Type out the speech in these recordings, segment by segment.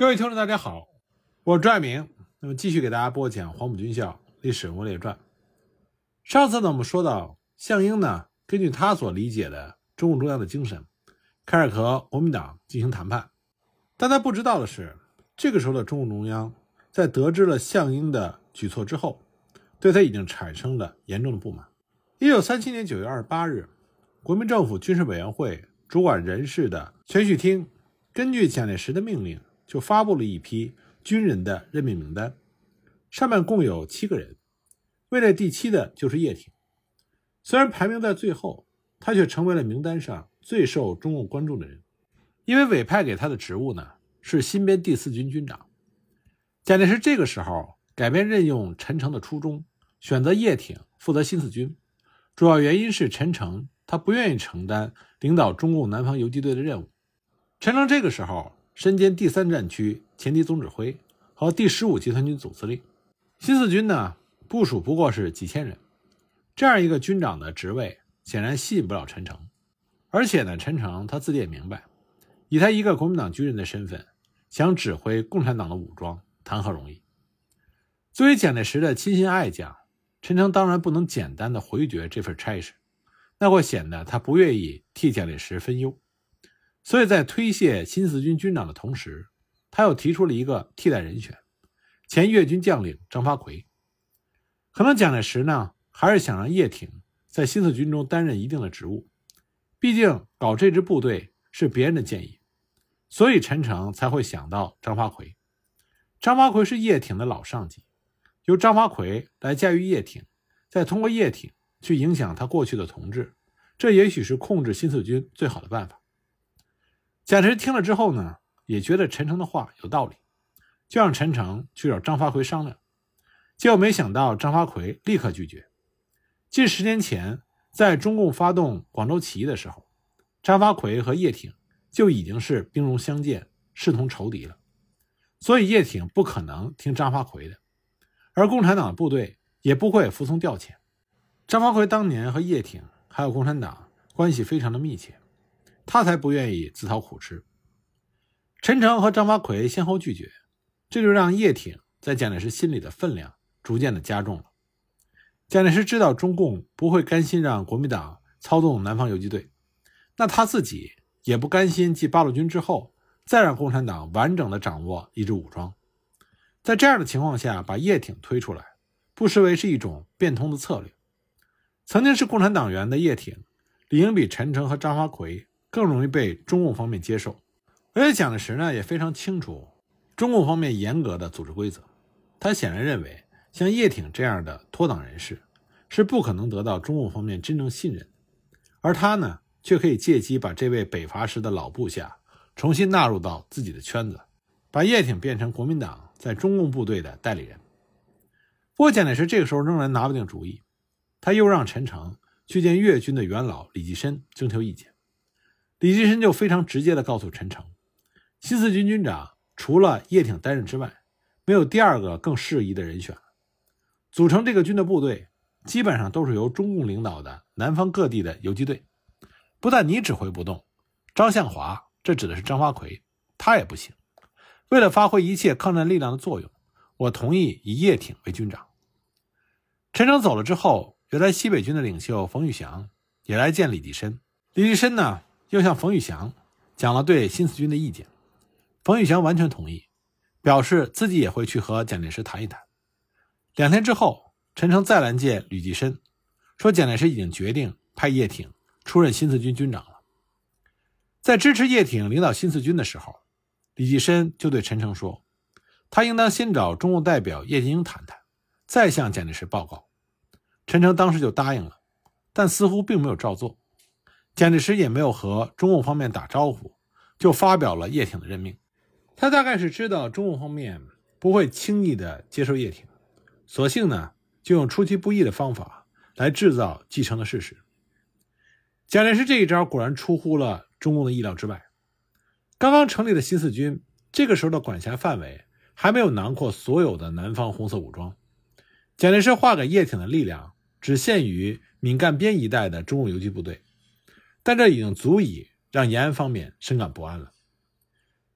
各位听众大家好，我是朱爱明，那么继续给大家播讲黄埔军校历史人物列传。上次呢我们说到项英呢根据他所理解的中共中央的精神，开始和国民党进行谈判。但他不知道的是，这个时候的中共中央在得知了项英的举措之后，对他已经产生了严重的不满。1937年9月28日，国民政府军事委员会主管人事的全叙厅根据蒋介石的命令就发布了一批军人的任命名单，上面共有7个人，位列第7的就是叶挺。虽然排名在最后，他却成为了名单上最受中共关注的人，因为委派给他的职务呢是新编第4军军长。蒋介石这个时候改变任用陈诚的初衷，选择叶挺负责新4军，主要原因是陈诚他不愿意承担领导中共南方游击队的任务。陈诚这个时候身兼第3战区前敌总指挥和第15集团军总司令，新4军呢部署不过是几千人，这样一个军长的职位显然吸引不了陈诚。而且呢，陈诚他自己也明白，以他一个国民党军人的身份，想指挥共产党的武装谈何容易。作为蒋介石的亲信爱将，陈诚当然不能简单的回绝这份差事，那会显得他不愿意替蒋介石分忧。所以在推卸新4军军长的同时，他又提出了一个替代人选，前粤军将领张发奎。可能蒋介石呢还是想让叶挺在新4军中担任一定的职务，毕竟搞这支部队是别人的建议，所以陈诚才会想到张发奎。张发奎是叶挺的老上级，由张发奎来驾驭叶挺，再通过叶挺去影响他过去的统治，这也许是控制新4军最好的办法。蒋介石听了之后呢，也觉得陈诚的话有道理，就让陈诚去找张发奎商量。结果没想到张发奎立刻拒绝。近10年前，在中共发动广州起义的时候，张发奎和叶挺就已经是兵戎相见，势同仇敌了，所以叶挺不可能听张发奎的，而共产党的部队也不会服从调遣。张发奎当年和叶挺还有共产党关系非常的密切，他才不愿意自讨苦吃。陈诚和张发奎先后拒绝，这就让叶挺在蒋介石心里的分量逐渐的加重了。蒋介石知道中共不会甘心让国民党操纵南方游击队，那他自己也不甘心继八路军之后再让共产党完整的掌握一支武装。在这样的情况下把叶挺推出来，不失为是一种变通的策略。曾经是共产党员的叶挺理应比陈诚和张发奎更容易被中共方面接受。而且蒋介石呢也非常清楚中共方面严格的组织规则，他显然认为像叶挺这样的脱党人士是不可能得到中共方面真正信任，而他呢却可以借机把这位北伐时的老部下重新纳入到自己的圈子，把叶挺变成国民党在中共部队的代理人。不过蒋介石这个时候仍然拿不定主意，他又让陈诚去见粤军的元老李济深征求意见。李济深就非常直接地告诉陈诚，新4军军长除了叶挺担任之外，没有第2个更适宜的人选了。组成这个军的部队基本上都是由中共领导的南方各地的游击队，不但你指挥不动，张向华，这指的是张发奎，他也不行。为了发挥一切抗战力量的作用，我同意以叶挺为军长。陈诚走了之后，原来西北军的领袖冯玉祥也来见李济深。李济深呢又向冯玉祥讲了对新4军的意见，冯玉祥完全同意，表示自己也会去和蒋介石谈一谈。2天之后，陈诚再来见吕济深，说蒋介石已经决定派叶挺出任新4军军长了。在支持叶挺领导新4军的时候，李济深就对陈诚说，他应当先找中共代表叶剑英谈谈，再向蒋介石报告。陈诚当时就答应了，但似乎并没有照做。蒋介石也没有和中共方面打招呼，就发表了叶挺的任命。他大概是知道中共方面不会轻易的接受叶挺，索性呢就用出其不意的方法来制造继承的事实。蒋介石这一招果然出乎了中共的意料之外。刚刚成立的新4军这个时候的管辖范围还没有囊括所有的南方红色武装，蒋介石划给叶挺的力量只限于闽赣边一带的中共游击部队，但这已经足以让延安方面深感不安了。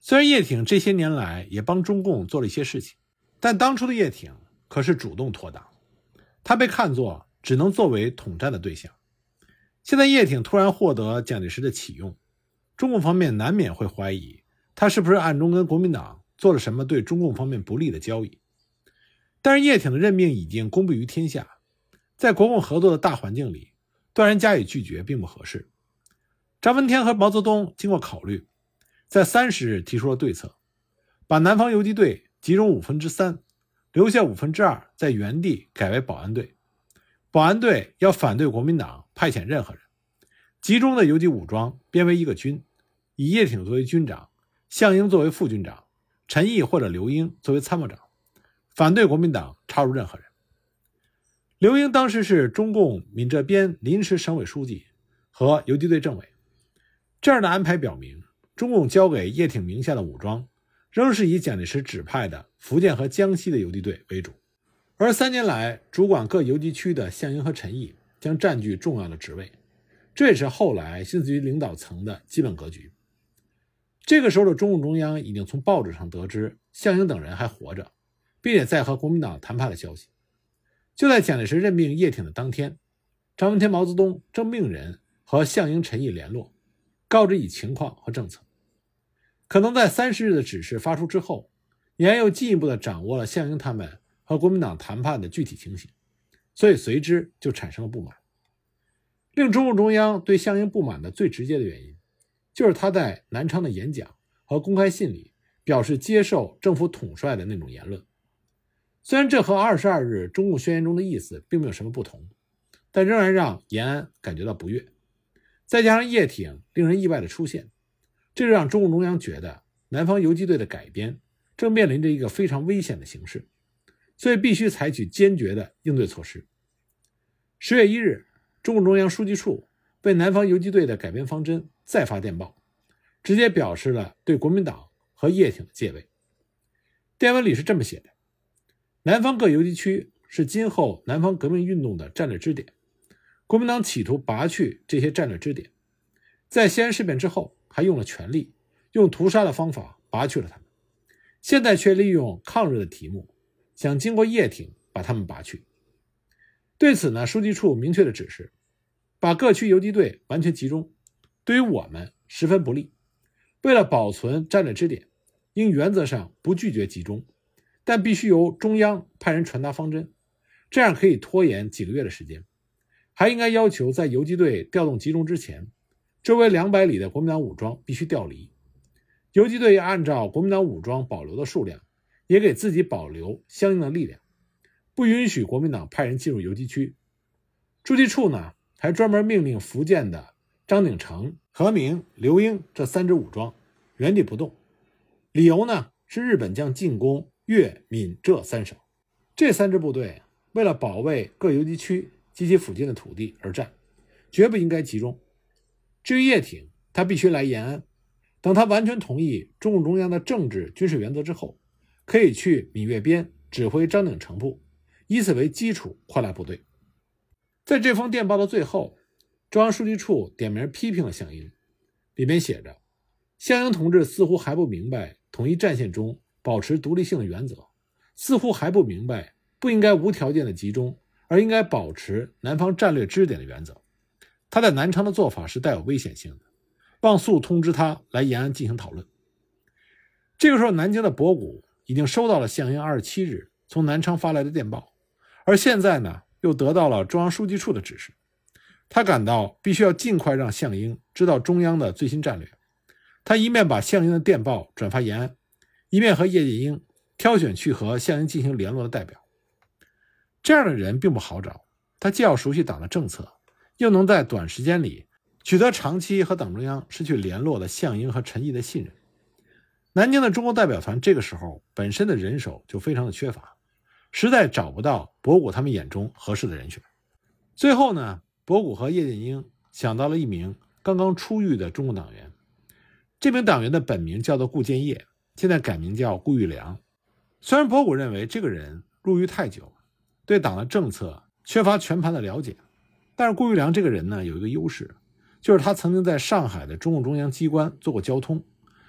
虽然叶挺这些年来也帮中共做了一些事情，但当初的叶挺可是主动脱党，他被看作只能作为统战的对象。现在叶挺突然获得蒋介石的启用，中共方面难免会怀疑他是不是暗中跟国民党做了什么对中共方面不利的交易。但是叶挺的任命已经公布于天下，在国共合作的大环境里，断然加以拒绝并不合适。张闻天和毛泽东经过考虑，在30日提出了对策，把南方游击队集中3/5，留下2/5在原地改为保安队。保安队要反对国民党派遣任何人，集中的游击武装编为一个军，以叶挺作为军长，项英作为副军长，陈毅或者刘英作为参谋长，反对国民党插入任何人。刘英当时是中共闽浙边临时省委书记和游击队政委。这样的安排表明，中共交给叶挺名下的武装仍是以蒋介石指派的福建和江西的游击队为主，而3年来主管各游击区的项英和陈毅将占据重要的职位，这也是后来新四军领导层的基本格局。这个时候的中共中央已经从报纸上得知项英等人还活着，并且在和国民党谈判的消息。就在蒋介石任命叶挺的当天，张闻天、毛泽东正命人和项英、陈毅联络，告知以情况和政策。可能在30日的指示发出之后，延安又进一步的掌握了项英他们和国民党谈判的具体情形，所以随之就产生了不满。令中共中央对项英不满的最直接的原因，就是他在南昌的演讲和公开信里表示接受政府统帅的那种言论。虽然这和22日中共宣言中的意思并没有什么不同，但仍然让延安感觉到不悦。再加上叶挺令人意外的出现，这就让中共中央觉得南方游击队的改编正面临着一个非常危险的形势，所以必须采取坚决的应对措施。10月1日，中共中央书记处为南方游击队的改编方针再发电报，直接表示了对国民党和叶挺的戒备。电文里是这么写的：南方各游击区是今后南方革命运动的战略支点，国民党企图拔去这些战略支点，在西安事变之后还用了权力，用屠杀的方法拔去了他们，现在却利用抗日的题目想经过叶挺把他们拔去。对此呢，书记处明确的指示，把各区游击队完全集中，对于我们十分不利。为了保存战略支点，应原则上不拒绝集中，但必须由中央派人传达方针，这样可以拖延几个月的时间。还应该要求在游击队调动集中之前，周围200里的国民党武装必须调离。游击队要按照国民党武装保留的数量，也给自己保留相应的力量，不允许国民党派人进入游击区。驻地处呢，还专门命令福建的张鼎成、何明、刘英这3支武装原地不动，理由呢是日本将进攻粤、闽、浙3省，这3支部队为了保卫各游击区及其附近的土地而战，绝不应该集中。至于叶挺，他必须来延安，等他完全同意中共中央的政治军事原则之后，可以去闽粤边指挥张鼎成部，以此为基础扩大部队。在这封电报的最后，中央书记处点名批评了项英，里面写着：项英同志似乎还不明白统一战线中保持独立性的原则，似乎还不明白不应该无条件的集中，而应该保持南方战略支点的原则。他在南昌的做法是带有危险性的，望速通知他来延安进行讨论。这个时候，南京的博古已经收到了项英27日从南昌发来的电报，而现在呢，又得到了中央书记处的指示。他感到必须要尽快让项英知道中央的最新战略。他一面把项英的电报转发延安，一面和叶剑英挑选去和项英进行联络的代表。这样的人并不好找，他既要熟悉党的政策，又能在短时间里取得长期和党中央失去联络的项英和陈毅的信任。南京的中国代表团这个时候本身的人手就非常的缺乏，实在找不到博古他们眼中合适的人选。最后呢，博古和叶剑英想到了一名刚刚出狱的中共党员，这名党员的本名叫做顾建业，现在改名叫顾玉良。虽然博古认为这个人入狱太久，对党的政策缺乏全盘的了解，但是顾玉良这个人呢，有一个优势，就是他曾经在上海的中共中央机关做过交通，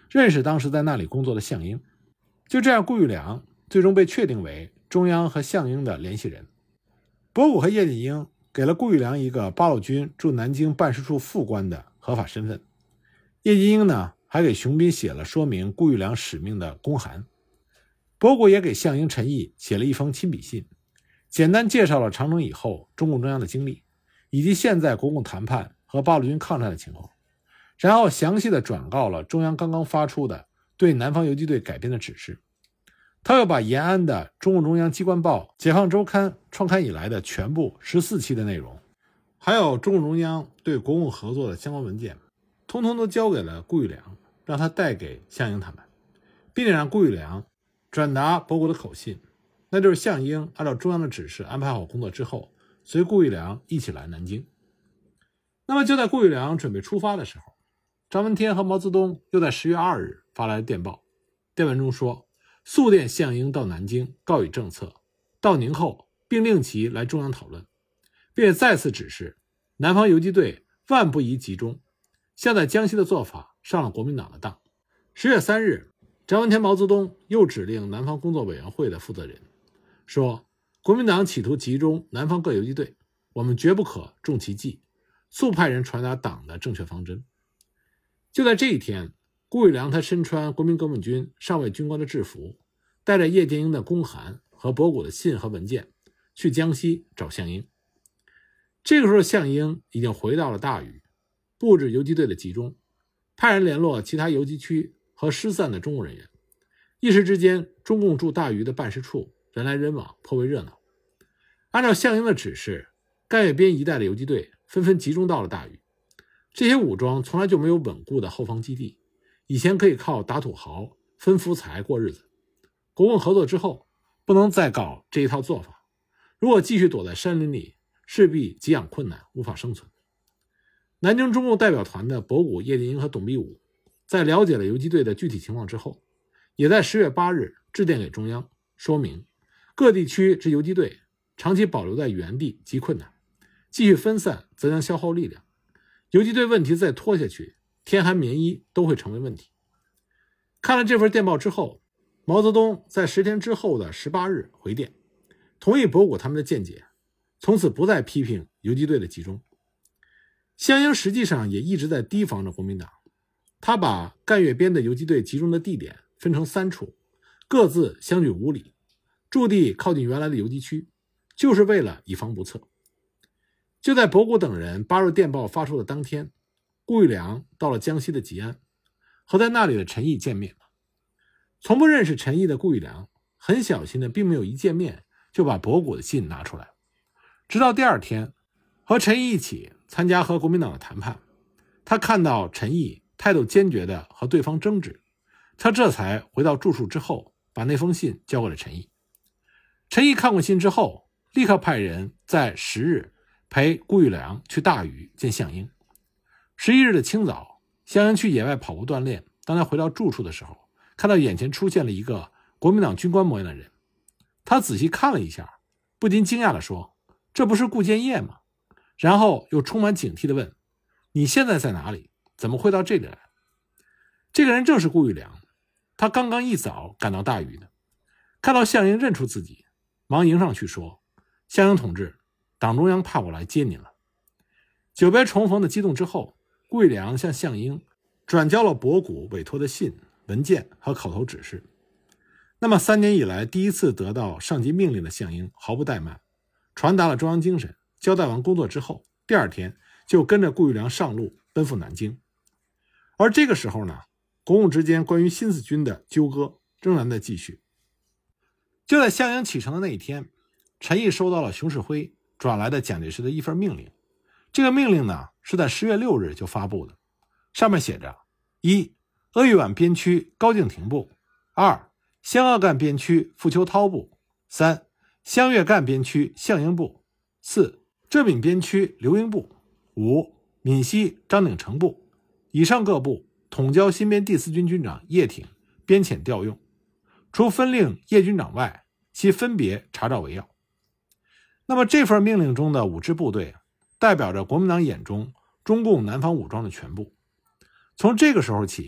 认识当时在那里工作的项英。就这样，顾玉良最终被确定为中央和项英的联系人。博古和叶剑英给了顾玉良一个八路军驻南京办事处副官的合法身份。叶剑英呢，还给熊斌写了说明顾玉良使命的公函。博古也给项英、陈毅写了一封亲笔信，简单介绍了长征以后中共中央的经历，以及现在国共谈判和八路军抗战的情况，然后详细的转告了中央刚刚发出的对南方游击队改编的指示。他又把延安的中共中央机关报《解放周刊》创刊以来的全部14期的内容，还有中共中央对国共合作的相关文件，通通都交给了顾玉良，让他带给项英他们，并且让顾玉良转达博古的口信，那就是项英按照中央的指示安排好工作之后，随顾玉良一起来南京。那么就在顾玉良准备出发的时候，张闻天和毛泽东又在10月2日发来了电报，电文中说，速电项英到南京告以政策，到宁后并令其来中央讨论，并且再次指示南方游击队万不宜集中，像在江西的做法上了国民党的当。10月3日，张闻天、毛泽东又指令南方工作委员会的负责人说，国民党企图集中南方各游击队，我们绝不可中其计，速派人传达党的正确方针。就在这一天，顾玉良他身穿国民革命军上尉军官的制服，带着叶剑英的公函和博古的信和文件去江西找项英。这个时候项英已经回到了大余，布置游击队的集中，派人联络其他游击区和失散的中共人员。一时之间，中共驻大余的办事处人来人往，颇为热闹。按照项英的指示，赣粤边一带的游击队纷纷集中到了大余。这些武装从来就没有稳固的后方基地，以前可以靠打土豪分福财过日子，国共合作之后不能再搞这一套做法，如果继续躲在山林里，势必给养困难，无法生存。南京中共代表团的博古、叶剑英和董必武在了解了游击队的具体情况之后，也在10月8日致电给中央，说明各地区之游击队长期保留在原地极困难，继续分散则将消耗力量，游击队问题再拖下去，天寒棉衣都会成为问题。看了这份电报之后，毛泽东在10天之后的18日回电，同意博古他们的见解，从此不再批评游击队的集中。项英实际上也一直在提防着国民党，他把赣粤边的游击队集中的地点分成3处，各自相距5里，驻地靠近原来的游击区，就是为了以防不测。就在博古等人8日电报发出的当天，顾玉良到了江西的吉安，和在那里的陈毅见面了。从不认识陈毅的顾玉良很小心的，并没有一见面就把博古的信拿出来，直到第2天和陈毅一起参加和国民党的谈判，他看到陈毅态度坚决的和对方争执，他这才回到住处之后把那封信交给了陈毅。陈毅看过信之后，立刻派人在10日陪顾玉良去大余见项英。11日的清早，项英去野外跑步锻炼，当他回到住处的时候，看到眼前出现了一个国民党军官模样的人，他仔细看了一下，不禁惊讶地说，这不是顾建业吗？然后又充满警惕地问，你现在在哪里？怎么会到这里来？这个人正是顾玉良，他刚刚一早赶到大余的，看到项英认出自己，忙迎上去说，项英同志，党中央派我来接您了。久别重逢的激动之后，顾玉良向项英转交了博古委托的信、文件和口头指示。那么3年以来第一次得到上级命令的项英毫不怠慢，传达了中央精神，交代完工作之后，第2天就跟着顾玉良上路奔赴南京。而这个时候呢，国共之间关于新四军的纠葛仍然在继续。就在项英启程的那一天，陈毅收到了熊式辉转来的蒋介石的一份命令。这个命令呢，是在10月6日就发布的，上面写着：1. 鄂豫皖边区高敬亭部； 2. 湘鄂赣边区傅秋涛部； 3. 湘粤赣边区项英部； 4. 浙闽边区刘英部； 5. 闽西张鼎成部。以上各部统交新编第4军军长叶挺编遣调用，除分令叶军长外，其分别查照为要。那么这份命令中的5支部队代表着国民党眼中中共南方武装的全部。从这个时候起，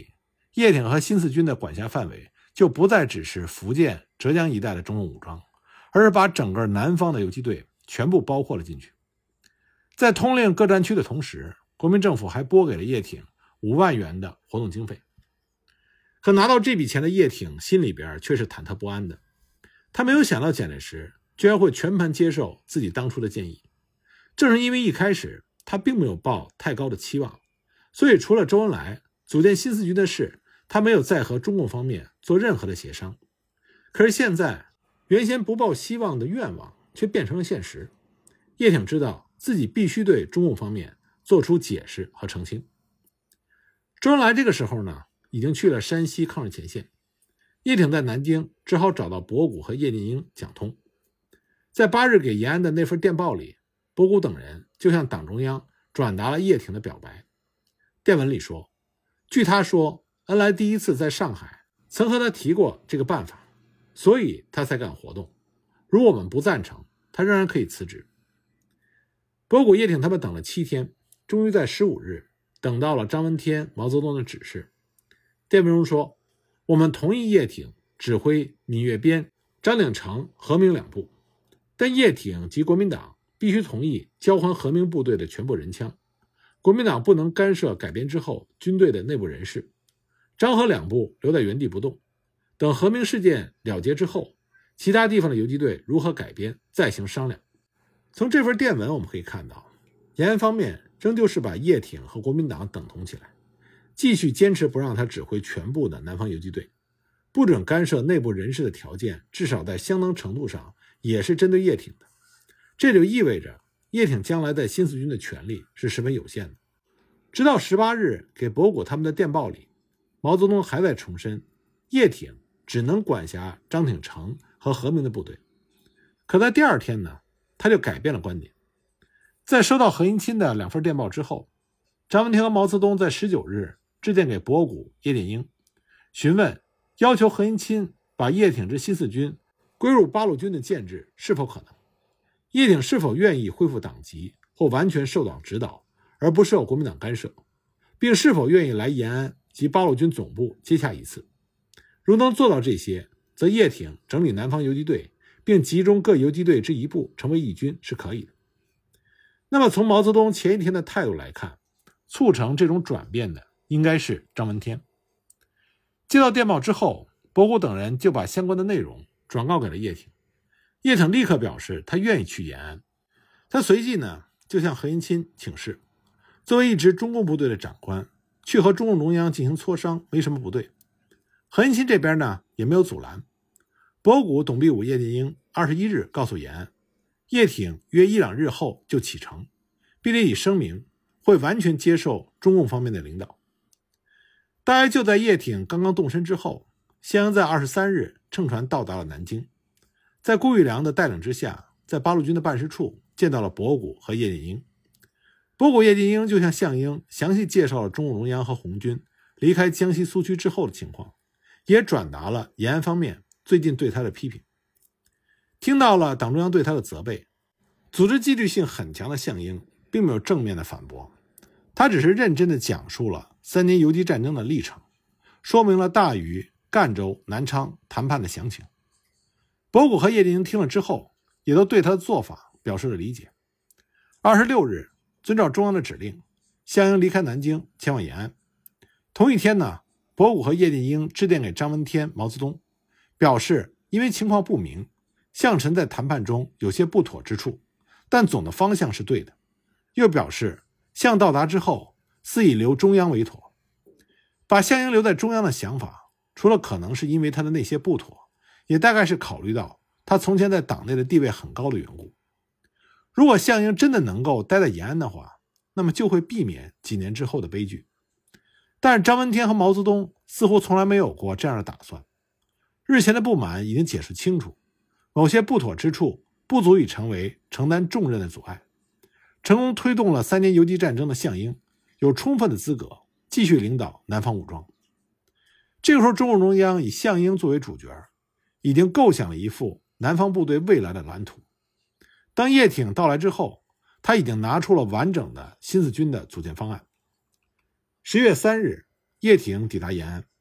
叶挺和新四军的管辖范围就不再只是福建、浙江一带的中共武装，而是把整个南方的游击队全部包括了进去。在通令各战区的同时，国民政府还拨给了叶挺5万元的活动经费。可拿到这笔钱的叶挺心里边却是忐忑不安的，他没有想到蒋介石居然会全盘接受自己当初的建议。正是因为一开始他并没有抱太高的期望，所以除了周恩来组建新四军的事，他没有再和中共方面做任何的协商。可是现在原先不抱希望的愿望却变成了现实，叶挺知道自己必须对中共方面做出解释和澄清。周恩来这个时候呢，已经去了山西抗日前线，叶挺在南京只好找到博古和叶剑英讲通。在8日给延安的那份电报里，博古等人就向党中央转达了叶挺的表白。电文里说，据他说，恩来第一次在上海曾和他提过这个办法，所以他才敢活动。如果我们不赞成，他仍然可以辞职。博古、叶挺他们等了7天，终于在15日等到了张闻天、毛泽东的指示。电文中说，我们同意叶挺指挥闽粤边、张鼎丞、何明2部，但叶挺及国民党必须同意交还何明部队的全部人枪，国民党不能干涉改编之后军队的内部人事，张何2部留在原地不动，等何明事件了结之后，其他地方的游击队如何改编再行商量。从这份电文我们可以看到，延安方面仍旧是把叶挺和国民党等同起来，继续坚持不让他指挥全部的南方游击队，不准干涉内部人事的条件至少在相当程度上也是针对叶挺的。这就意味着叶挺将来在新四军的权力是十分有限的。直到18日给博古他们的电报里，毛泽东还在重申叶挺只能管辖张挺丞和何明的部队。可在第2天呢，他就改变了观点。在收到何应钦的2份电报之后，张闻天和毛泽东在19日致电给博古、叶剑英，询问要求何应钦把叶挺之新四军归入八路军的建制是否可能，叶挺是否愿意恢复党籍或完全受党指导而不受国民党干涉，并是否愿意来延安及八路军总部接洽一次。如能做到这些，则叶挺整理南方游击队并集中各游击队之一部成为一军是可以的。那么从毛泽东前一天的态度来看，促成这种转变的应该是张闻天。接到电报之后，博古等人就把相关的内容转告给了叶挺。叶挺立刻表示他愿意去延安。他随即呢就向何应钦请示，作为一支中共部队的长官，去和中共中央进行磋商没什么不对。何应钦这边呢也没有阻拦。博古、董必武、叶剑英21日告诉延安，叶挺约1-2日后就启程，并且以声明会完全接受中共方面的领导。大约就在叶挺刚刚动身之后，项英在23日乘船到达了南京，在顾玉良的带领之下，在八路军的办事处见到了博古和叶剑英。博古、叶剑英就向项英详细介绍了中共中央和红军离开江西苏区之后的情况，也转达了延安方面最近对他的批评。听到了党中央对他的责备，组织纪律性很强的项英并没有正面的反驳，他只是认真地讲述了3年游击战争的历程，说明了大余、赣州、南昌谈判的详情。博古和叶剑英听了之后，也都对他的做法表示了理解。26日，遵照中央的指令，项英离开南京前往延安。同一天呢，博古和叶剑英致电给张闻天、毛泽东，表示因为情况不明，项臣在谈判中有些不妥之处，但总的方向是对的。又表示项到达之后，似以留中央为妥。把项英留在中央的想法，除了可能是因为他的那些不妥，也大概是考虑到他从前在党内的地位很高的缘故。如果项英真的能够待在延安的话，那么就会避免几年之后的悲剧。但是张闻天和毛泽东似乎从来没有过这样的打算。日前的不满已经解释清楚，某些不妥之处不足以成为承担重任的阻碍。成功推动了3年游击战争的项英有充分的资格继续领导南方武装。这个时候中共中央以项英作为主角，已经构想了一幅南方部队未来的蓝图。当叶挺到来之后，他已经拿出了完整的新四军的组建方案。10月3日，叶挺抵达延安，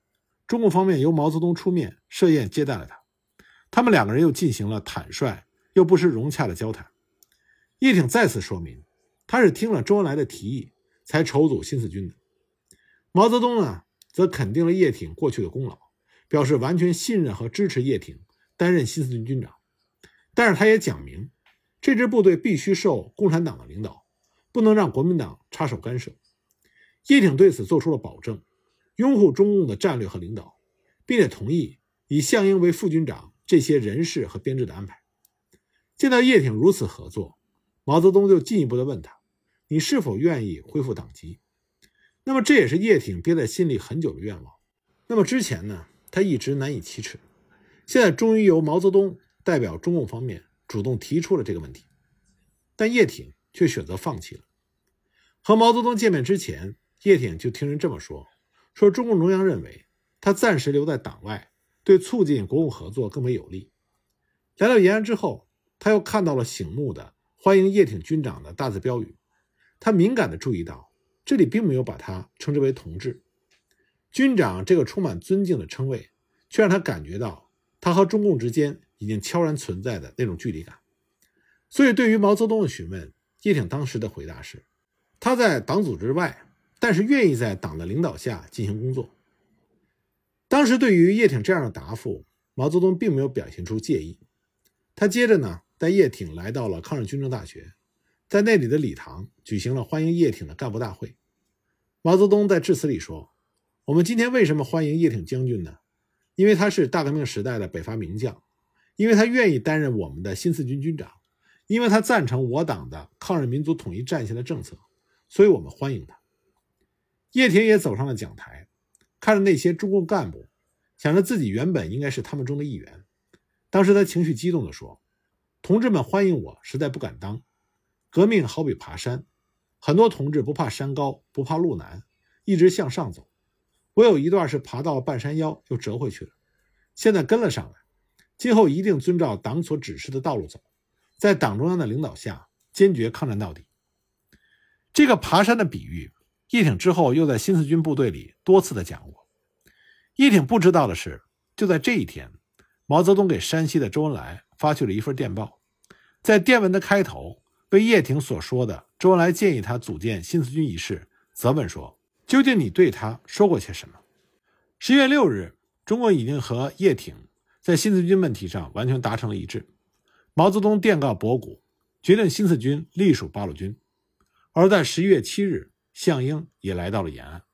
中共方面由毛泽东出面设宴接待了他，他们两个人又进行了坦率又不失融洽的交谈。叶挺再次说明，他是听了周恩来的提议才筹组新四军的。毛泽东呢，则肯定了叶挺过去的功劳，表示完全信任和支持叶挺担任新四军军长。但是他也讲明，这支部队必须受共产党的领导，不能让国民党插手干涉。叶挺对此做出了保证，拥护中共的战略和领导，并且同意以项英为副军长这些人事和编制的安排。见到叶挺如此合作，毛泽东就进一步的问他，你是否愿意恢复党籍？那么这也是叶挺憋在心里很久的愿望。那么之前呢，他一直难以启齿，现在终于由毛泽东代表中共方面主动提出了这个问题，但叶挺却选择放弃了。和毛泽东见面之前，叶挺就听人这么说中共中央认为他暂时留在党外对促进国共合作更为有利。来到延安之后，他又看到了醒目的欢迎叶挺军长的大字标语，他敏感地注意到这里并没有把他称之为同志。军长这个充满尊敬的称谓，却让他感觉到他和中共之间已经悄然存在的那种距离感。所以对于毛泽东的询问，叶挺当时的回答是，他在党组织外，但是愿意在党的领导下进行工作。当时对于叶挺这样的答复，毛泽东并没有表现出介意。他接着呢，带叶挺来到了抗日军政大学，在那里的礼堂举行了欢迎叶挺的干部大会。毛泽东在致辞里说，我们今天为什么欢迎叶挺将军呢？因为他是大革命时代的北伐名将，因为他愿意担任我们的新四军军长，因为他赞成我党的抗日民族统一战线的政策，所以我们欢迎他。叶挺也走上了讲台，看着那些中共干部，想着自己原本应该是他们中的一员。当时他情绪激动地说，同志们欢迎我实在不敢当，革命好比爬山，很多同志不怕山高不怕路难，一直向上走，我有一段是爬到半山腰又折回去了，现在跟了上来，今后一定遵照党所指示的道路走，在党中央的领导下坚决抗战到底。这个爬山的比喻，叶挺之后又在新四军部队里多次的讲过。叶挺不知道的是，就在这一天，毛泽东给山西的周恩来发去了一份电报，在电文的开头为叶挺所说的周恩来建议他组建新四军一事责问说，究竟你对他说过些什么？11月6日，中共已经和叶挺在新四军问题上完全达成了一致。毛泽东电告博古，决定新四军隶属八路军。而在11月7日，项英也来到了延安。